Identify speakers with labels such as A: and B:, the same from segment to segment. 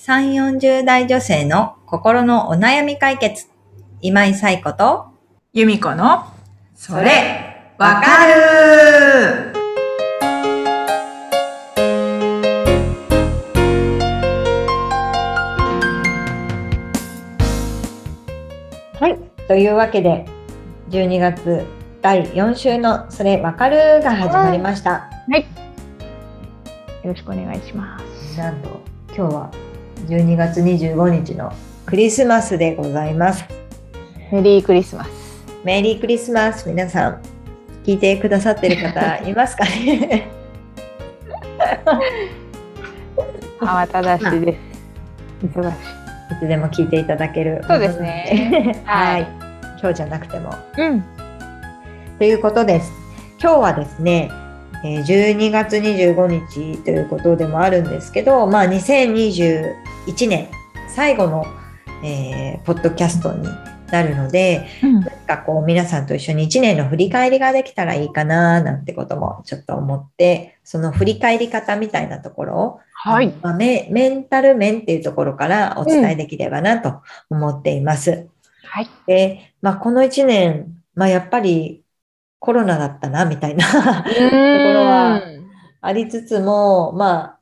A: 3、40代女性の心のお悩み解決。今井彩子と
B: 由美子のそれわかる。
A: はい。というわけで、12月第4週のそれわかるが始まりました。
B: はい。よろしくお願いします。
A: なんと、今日は12月25日のクリスマスでございます。
B: メリークリスマス。
A: メリークリスマス。皆さん、聞いてくださってる方いますかね
B: 慌ただしいです。忙しい。
A: いつでも聞いていただける。
B: そうですね。
A: はい。今日じゃなくても。
B: うん。
A: ということです。今日はですね、12月25日ということでもあるんですけど、2021年最後の、ポッドキャストになるので、何かこう皆さんと一緒に1年の振り返りができたらいいかななんてこともちょっと思って、その振り返り方みたいなところを、
B: はい。
A: メンタル面っていうところからお伝えできればなと思っています。
B: はい。
A: で、この1年、やっぱりコロナだったなみたいなところはありつつも、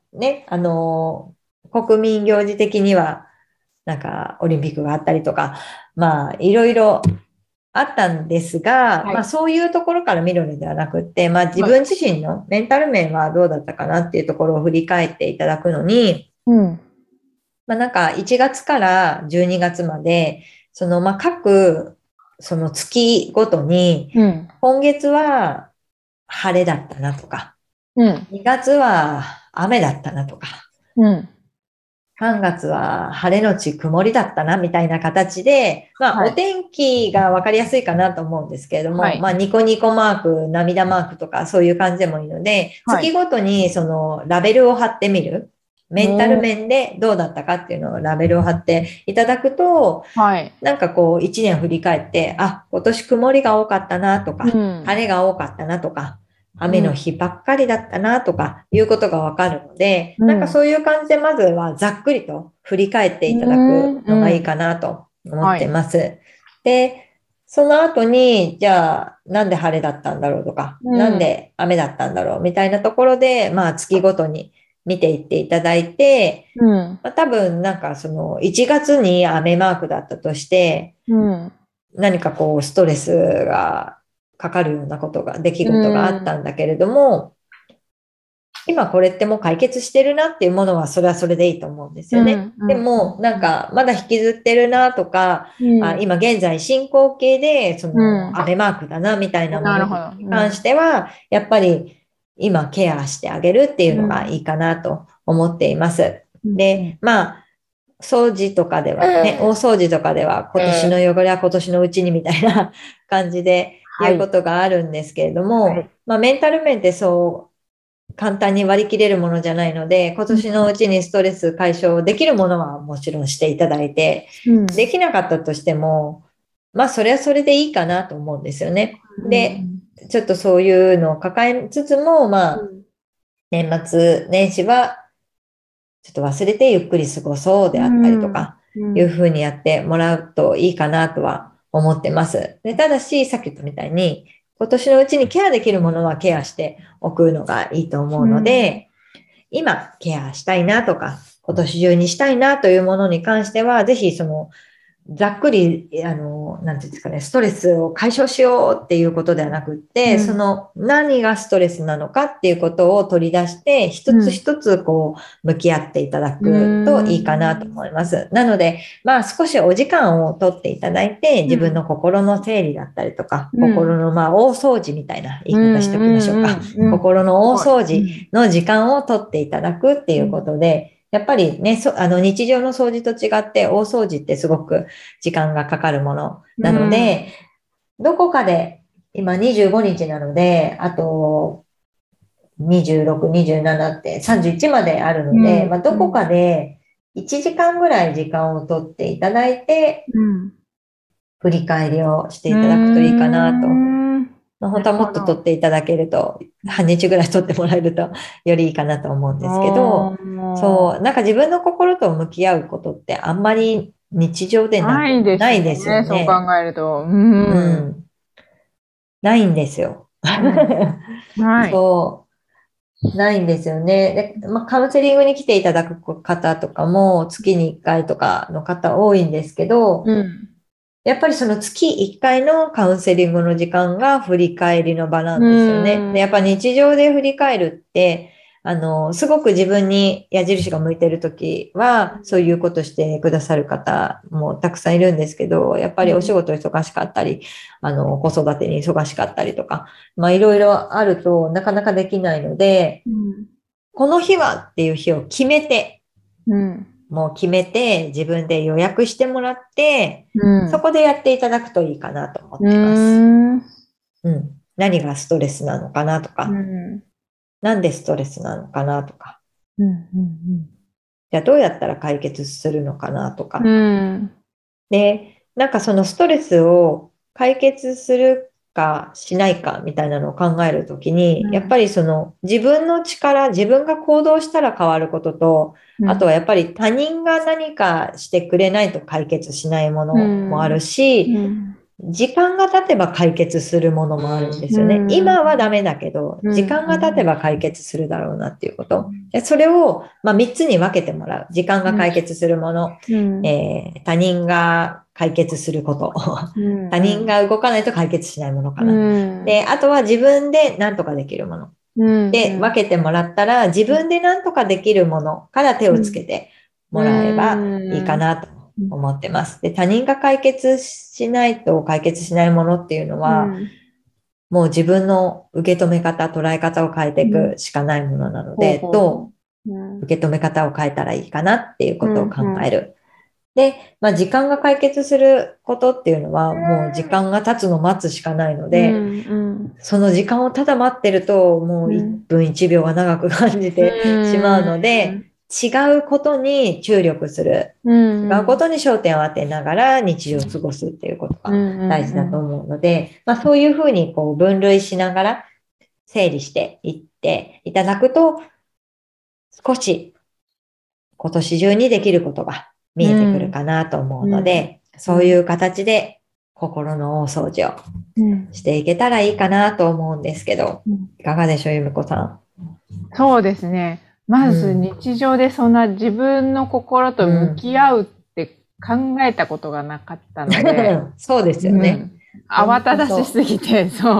A: 国民行事的にはなんかオリンピックがあったりとか、いろいろあったんですが、
B: はい
A: そういうところから見るのではなくって、自分自身のメンタル面はどうだったかなっていうところを振り返っていただくのに、なんか1月から12月まで、各その月ごとに、今月は晴れだったなとか、2月は雨だったなとか、3月は晴れのち曇りだったなみたいな形で、お天気が分かりやすいかなと思うんですけれども、ニコニコマーク、涙マークとかそういう感じでもいいので、月ごとにそのラベルを貼ってみる。メンタル面でどうだったかっていうのをラベルを貼っていただくと、なんかこう1年振り返って、今年曇りが多かったなとか、晴れが多かったなとか、雨の日ばっかりだったなとかいうことがわかるので、なんかそういう感じでまずはざっくりと振り返っていただくのがいいかなと思ってます。で、その後に、じゃあなんで晴れだったんだろうとか、なんで雨だったんだろうみたいなところで、月ごとに見ていっていただいて、多分なんかその1月に雨マークだったとして、何かこうストレスがかかるようなことが、出来事があったんだけれども、今これってもう解決してるなっていうものはそれはそれでいいと思うんですよね。でもなんかまだ引きずってるなとか、今現在進行形でその雨マークだなみたいなものに関しては、やっぱり今ケアしてあげるっていうのがいいかなと思っています。で、掃除とかではね、大掃除とかでは今年の汚れは今年のうちにみたいな感じで言うことがあるんですけれども、メンタル面ってそう簡単に割り切れるものじゃないので、今年のうちにストレス解消できるものはもちろんしていただいて、できなかったとしても、それはそれでいいかなと思うんですよね。で、ちょっとそういうのを抱えつつも、年末年始はちょっと忘れてゆっくり過ごそうであったりとか、いうふうにやってもらうといいかなとは思ってます。で、ただし、さっき言ったみたいに、今年のうちにケアできるものはケアしておくのがいいと思うので、今ケアしたいなとか、今年中にしたいなというものに関しては、ぜひその、ざっくり、なんていうんですかね、ストレスを解消しようっていうことではなくって、その何がストレスなのかっていうことを取り出して、一つ一つこう、向き合っていただくといいかなと思います。なので、少しお時間をとっていただいて、自分の心の整理だったりとか、心の大掃除みたいな言い方しておきましょうか。心の大掃除の時間をとっていただくっていうことで、やっぱりね、日常の掃除と違って大掃除ってすごく時間がかかるものなので、どこかで、今25日なので、あと26、27って31まであるので、どこかで1時間ぐらい時間をとっていただいて、振り返りをしていただくといいかなと本当はもっと取っていただけると、半日ぐらい取ってもらえるとよりいいかなと思うんですけど、そう、なんか自分の心と向き合うことってあんまり日常で
B: ないです
A: ないですよ
B: ね。そう
A: ね。
B: 考えると。
A: ないんですよ。
B: はい。
A: そう、ないんですよね。で、カウンセリングに来ていただく方とかも月に1回とかの方多いんですけど、やっぱりその月1回のカウンセリングの時間が振り返りの場なんですよね。で、やっぱ日常で振り返るって、すごく自分に矢印が向いてるときは、そういうことしてくださる方もたくさんいるんですけど、やっぱりお仕事忙しかったり、子育てに忙しかったりとか、いろいろあるとなかなかできないので、この日はっていう日を決めて、もう決めて自分で予約してもらって、そこでやっていただくといいかなと思ってます。何がストレスなのかなとか、なんでストレスなのかなとか、じゃあどうやったら解決するのかなとか。で、なんかそのストレスを解決するかしないかみたいなのを考えるときに、やっぱりその自分の力、自分が行動したら変わることと、あとはやっぱり他人が何かしてくれないと解決しないものもあるし、時間が経てば解決するものもあるんですよね。今はダメだけど、時間が経てば解決するだろうなっていうこと。それを、3つに分けてもらう。時間が解決するもの、他人が解決すること。他人が動かないと解決しないものかな。で、あとは自分で何とかできるもの。で、分けてもらったら、自分で何とかできるものから手をつけてもらえばいいかなと思ってます。で、他人が解決しないと解決しないものっていうのは、もう自分の受け止め方、捉え方を変えていくしかないものなので、どう受け止め方を変えたらいいかなっていうことを考える。で、時間が解決することっていうのは、もう時間が経つのを待つしかないので、その時間をただ待ってると、もう1分1秒が長く感じてしまうので、違うことに注力する。違うことに焦点を当てながら日常を過ごすっていうことが大事だと思うので、そういうふうにこう分類しながら整理していっていただくと、少し今年中にできることが見えてくるかなと思うので、そういう形で心の大掃除をしていけたらいいかなと思うんですけど、いかがでしょう、ゆみこさん。
B: そうですね。まず日常でそんな自分の心と向き合うって考えたことがなかったので。
A: そうですよね。
B: 慌ただしすぎて、そう。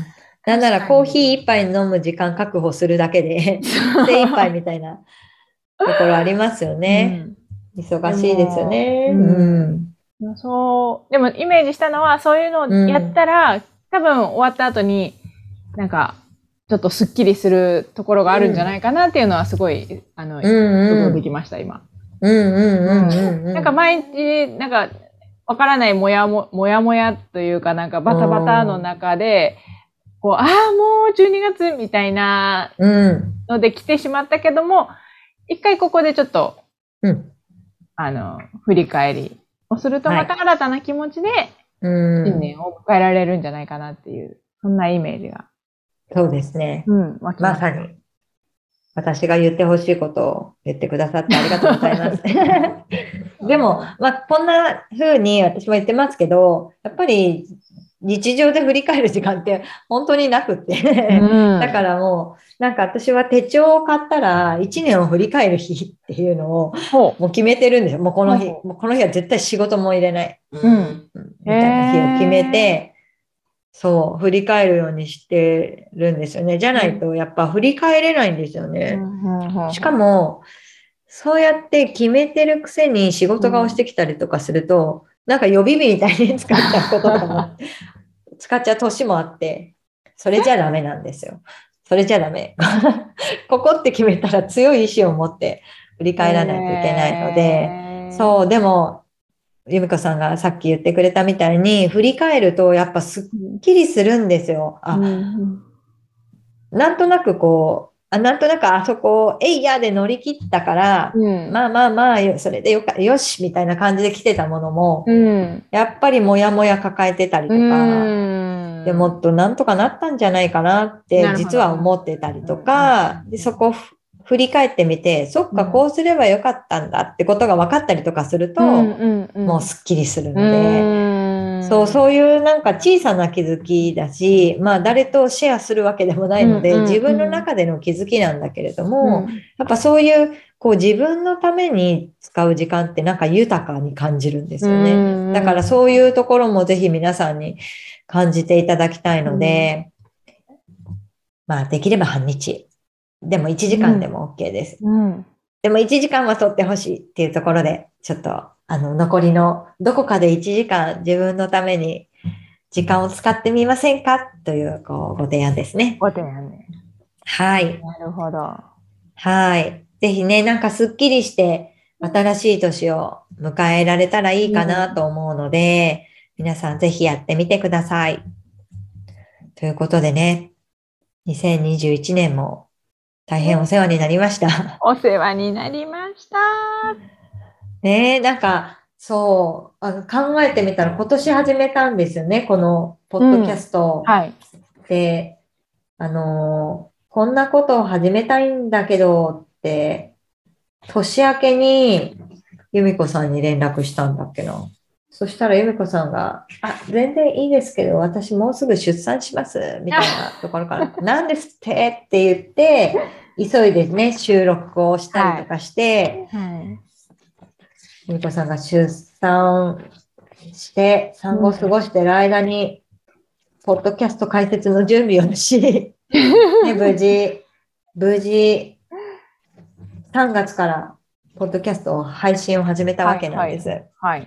A: なんならコーヒー一杯飲む時間確保するだけで精一杯みたいなところありますよね。忙しいですよね。
B: そう、でもイメージしたのは、そういうのをやったら、多分終わった後に、なんか、ちょっとスッキリするところがあるんじゃないかなっていうのはすごい、想像できました、今。なんか毎日、なんか、わからないもやもやというか、なんかバタバタの中で、こう、もう12月みたいなので来てしまったけども、一回ここでちょっと、振り返りをすると、また新たな気持ちで、新年を迎えられるんじゃないかなっていう、そんなイメージが。
A: そうですね。まさに。私が言ってほしいことを言ってくださってありがとうございます。でも、こんな風に私も言ってますけど、やっぱり日常で振り返る時間って本当になくってだからもう、なんか私は手帳を買ったら1年を振り返る日っていうのをもう決めてるんですよ。もうこの日は絶対仕事も入れない。みたいな日を決めて、そう、振り返るようにしてるんですよね。じゃないとやっぱ振り返れないんですよね。しかも、そうやって決めてるくせに仕事が押してきたりとかすると、なんか予備日みたいに使っちゃうこととかも、使っちゃう年もあって、それじゃダメなんですよ。それじゃダメ。ここって決めたら強い意志を持って振り返らないといけないので、そう、でも、ゆみこさんがさっき言ってくれたみたいに、振り返るとやっぱすっきりするんですよ。なんとなくこう、なんとなくあそこをえいやで乗り切ったから、それでよし、みたいな感じで来てたものも、やっぱりもやもや抱えてたりとか、 でもっとなんとかなったんじゃないかなって実は思ってたりとか、でそこを振り返ってみて、そっかこうすればよかったんだってことが分かったりとかすると、もうすっきりするので、そういうなんか小さな気づきだし、まあ誰とシェアするわけでもないので、自分の中での気づきなんだけれども、やっぱそういうこう自分のために使う時間ってなんか豊かに感じるんですよね。だからそういうところもぜひ皆さんに感じていただきたいので、まあできれば半日。でも1時間でも OK です。でも1時間は取ってほしいっていうところで、ちょっと残りのどこかで1時間自分のために時間を使ってみませんかというご提案ですね。
B: ご提案ね。
A: はい。
B: なるほど。
A: はい。ぜひね、なんかすっきりして新しい年を迎えられたらいいかなと思うので、皆さんぜひやってみてください。ということでね、2021年も大変お世話になりました。
B: お世話になりました。
A: ねえ、なんか、そう、考えてみたら今年始めたんですよね、このポッドキャスト。
B: はい。
A: で、こんなことを始めたいんだけどって、年明けに由美子さんに連絡したんだっけな。そしたら由美子さんが、全然いいですけど、私もうすぐ出産します、みたいなところから、なんですってって言って、急いでね、収録をしたりとかして、由美子さんが出産して、産後過ごしてる間に、ポッドキャスト解説の準備をし、ね、無事、3月からポッドキャストを配信を始めたわけなんです。はい。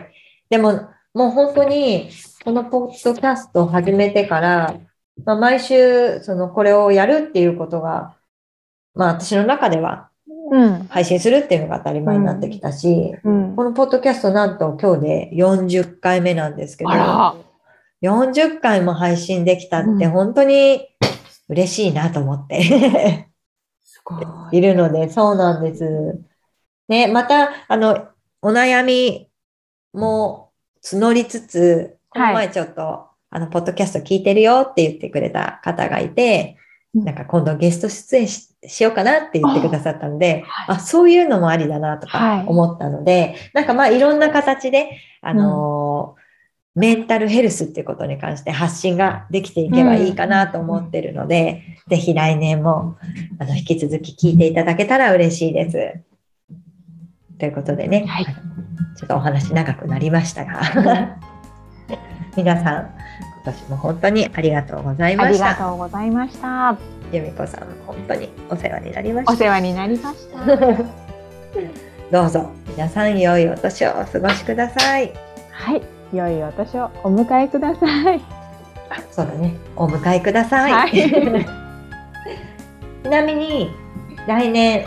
A: でも、もう本当に、このポッドキャストを始めてから、毎週、これをやるっていうことが、私の中では、配信するっていうのが当たり前になってきたし、このポッドキャストなんと今日で40回目なんですけど、40回も配信できたって本当に嬉しいなと思っているので、そうなんです。ね、また、お悩みも募りつつ、この前ちょっと、ポッドキャスト聞いてるよって言ってくれた方がいて、なんか今度ゲスト出演 しようかなって言ってくださったので、そういうのもありだなとか思ったので、なんかいろんな形で、メンタルヘルスっていうことに関して発信ができていけばいいかなと思ってるので、ぜひ来年も引き続き聞いていただけたら嬉しいです。ということでね、ちょっとお話長くなりましたが、皆さん今年も本当にありがとうございました。
B: ありがとうございました。
A: 由美子さん本当にお世話になりました。
B: お世話になりました。
A: どうぞ皆さん良いお年をお過ごしください。
B: はい。良いお年をお迎えください。
A: そうだね。お迎えください。はい、ちなみに来年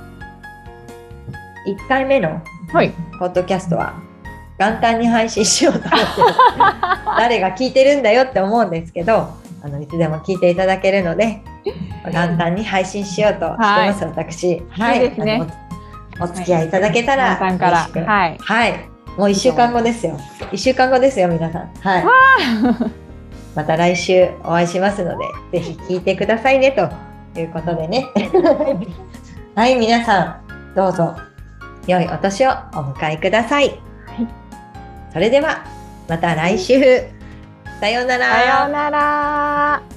A: 1回目のポッドキャストは元旦に配信しようと思って誰が聞いてるんだよって思うんですけど、いつでも聞いていただけるので元旦に配信しようとしてます、私。はい。いいですね。お付き合いいただけたら
B: 元旦から。
A: はい。もう1週間後ですよ。1週間後ですよ、皆さん。はい。また来週お会いしますので、ぜひ聞いてくださいね、ということでね。はい、皆さん、どうぞ、良いお年をお迎えください。はい。それでは、また来週。さようなら。
B: さようなら。